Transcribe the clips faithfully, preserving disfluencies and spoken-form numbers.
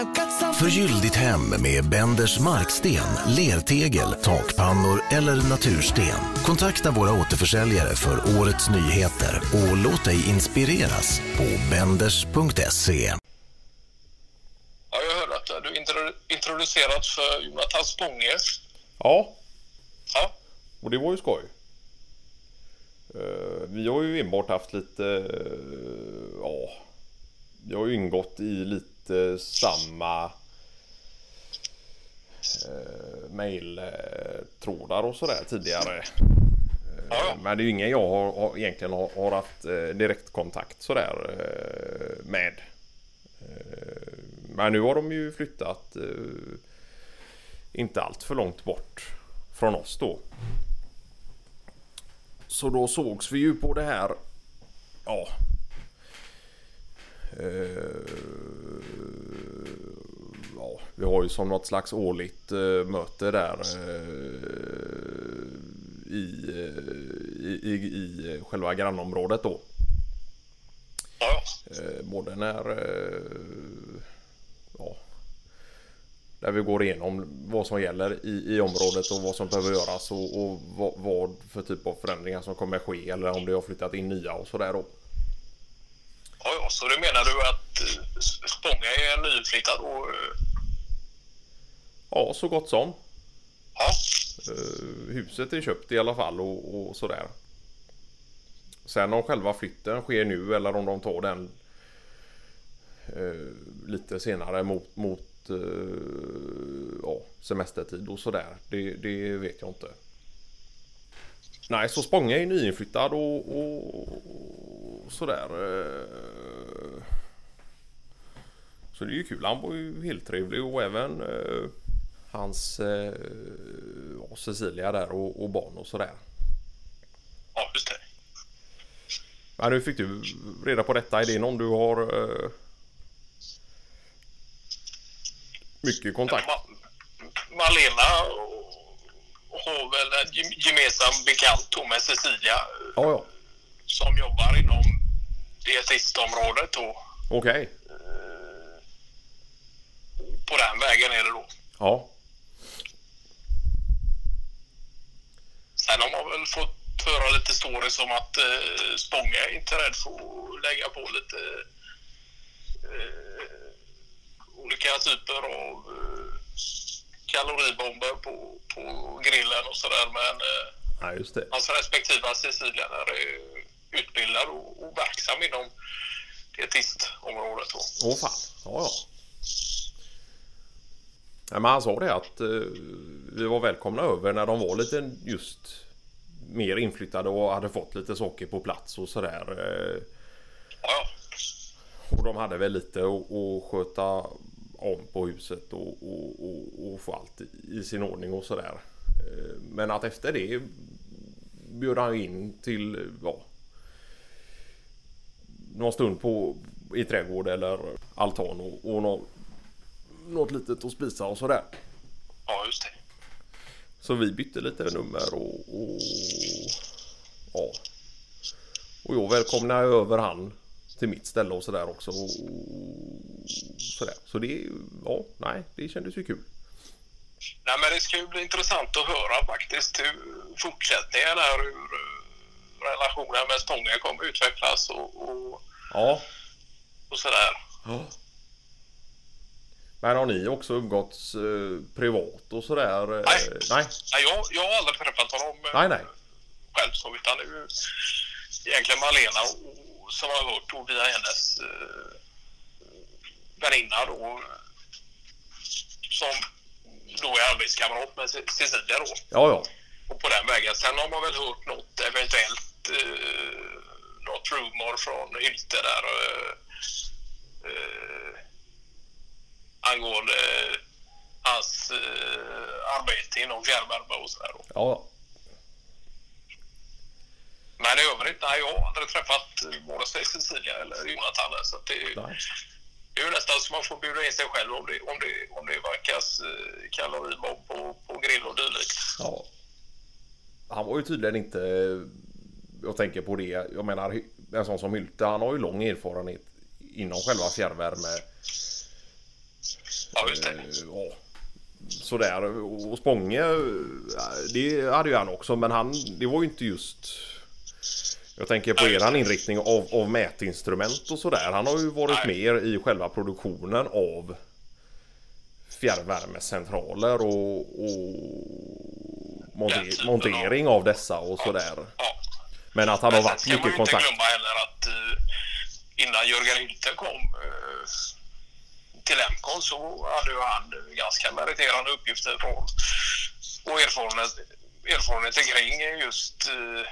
Förgyll ditt hem med Benders marksten, lertegel, takpannor eller natursten. Kontakta våra återförsäljare för årets nyheter och låt dig inspireras på benders punkt se. Ja, jag hörde att du introdu- introducerat för Jonathan Spånge. Ja. Ja. Och det var ju skoj. Uh, vi har ju enbart haft lite... Uh, ja... Vi har ju ingått i lite samma... Uh, mail-trådar och sådär tidigare. Uh, ja. Men det är ju ingen jag har, har, egentligen har, har haft uh, direktkontakt sådär uh, med. Uh, men nu har de ju flyttat uh, inte allt för långt bort från oss då. Så då sågs vi ju på det här. Ja. Uh, ja, vi har ju som något slags årligt uh, möte där uh, i, uh, i, i, i själva grannområdet då. Ja. Uh, både när uh, ja, där vi går igenom vad som gäller i, i området och vad som behöver göras och, och vad, vad för typ av förändringar som kommer ske eller om det har flyttat in nya och sådär då. Ja, ja, så du menar du att Spånga är nyinflyttad och... Ja, så gott som. Ja. Uh, huset är köpt i alla fall och, och sådär. Sen om själva flytten sker nu eller om de tar den uh, lite senare mot, mot uh, ja, semestertid och sådär. Det, det vet jag inte. Nej, så Spånga är nyinflyttad och, och sådär. Så det är ju kul. Han var ju helt trevlig och även uh, hans uh, Cecilia där och, och barn och sådär. Ja, just det. Men nu fick du reda på detta. Är det någon du har uh, mycket kontakt? Ma- Malena har väl en gemensam bekant med Cecilia. Ja, ja. Som jobbar inom dietistområdet då. Okej. På den vägen är det då. Ja. Sen har man väl fått höra lite stories om att eh, Spånga är inte rädd för att lägga på lite eh, olika typer av eh, kaloribomber på, på grillen och sådär. Men eh, ja, just det. hans respektiva Cecilia där är utbildad och, och verksam inom dietistområdet då. Åh fan, ja ja. Ja, men han sa det att uh, vi var välkomna över när de var lite just mer inflyttade och hade fått lite saker på plats och sådär. Uh, ja. Och de hade väl lite att, att sköta om på huset och, och, och, och få allt i sin ordning och sådär. Uh, men att efter det bjöd han in till ja, någon stund på i trädgård eller altan och, och något, något litet att spisa och sådär. Ja, just det. Så vi bytte lite nummer och, och ja. Och jag välkomnade över han till mitt ställe och sådär också och sådär. Så det, ja, nej, det kändes ju kul. Nej, men det ska ju bli intressant att höra faktiskt hur fortsättningen är, hur relationen med Spånga kommer utvecklas och, och, ja. och sådär. Ja. Men har ni också umgåtts eh, privat och sådär? Eh, nej. nej. Nej, jag, jag har aldrig träffat honom nej, nej. själv så, utan det är ju egentligen Malena och, som har hört då via hennes eh, väninna då, som då är arbetskamrat med Cecilia då. Ja, ja. Och på den vägen. Sen har man väl hört något eventuellt eh, något rumor från Hylte där eh, eh, angående eh, hans eh, arbete inom fjärrvärme och sådär då. Ja. Men i övrigt, nej, jag har aldrig träffat vare sig Cecilia eller Jonathan, så att det, det är ju nästan som man får bjuda in sig själv om det, om det, om det vankas eh, kaloribob på, på grill och dylikt. Ja. Han var ju tydligen inte, jag tänker på det, jag menar en sån som Hylte, han har ju lång erfarenhet inom själva fjärrvärme Ja, just det. Ja. Sådär, och Spånge, det hade ju han också, men han, det var ju inte just, jag tänker på eran inriktning av, av mätinstrument och sådär. Han har ju varit Nej. mer i själva produktionen av fjärrvärmecentraler och, och monter, montering av dessa och sådär. Ja. Men att han men har varit mycket kontakt. Jag ska inte glömma heller att uh, innan Jörgen Hylte kom uh, till Emcon så hade ju han ganska meriterande uppgifter från och erfarenhet, erfarenhet kring just uh,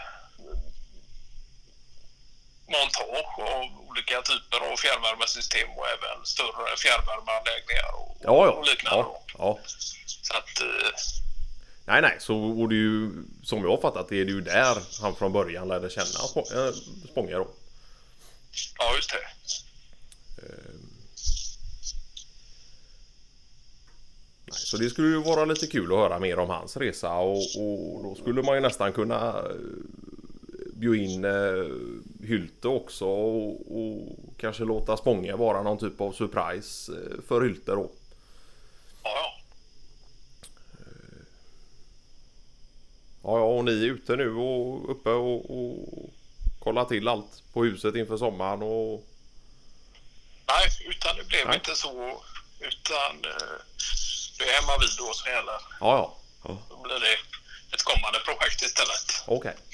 montage av olika typer av fjärrvärmesystem och även större fjärrvärmeanläggningar och, ja, ja. och liknande. Ja, ja. Så att... Uh, nej, nej, så var det ju, som jag har fattat, det är det ju där han från början lärde känna Spånge då. Ja, just det. Uh, nej, så det skulle ju vara lite kul att höra mer om hans resa och, och då skulle man ju nästan kunna bjuda in uh, Hylte också och, och kanske låta Spånge vara någon typ av surprise uh, för Hylte då. Ja, ja. Ja, ja, och ni är ute nu och uppe och, och kollar till allt på huset inför sommaren och... Nej, utan det blev Nej. inte så, utan det är hemma vid då som gäller. Ja, ja. ja. Då blir det ett kommande projekt istället. Okej. Okay.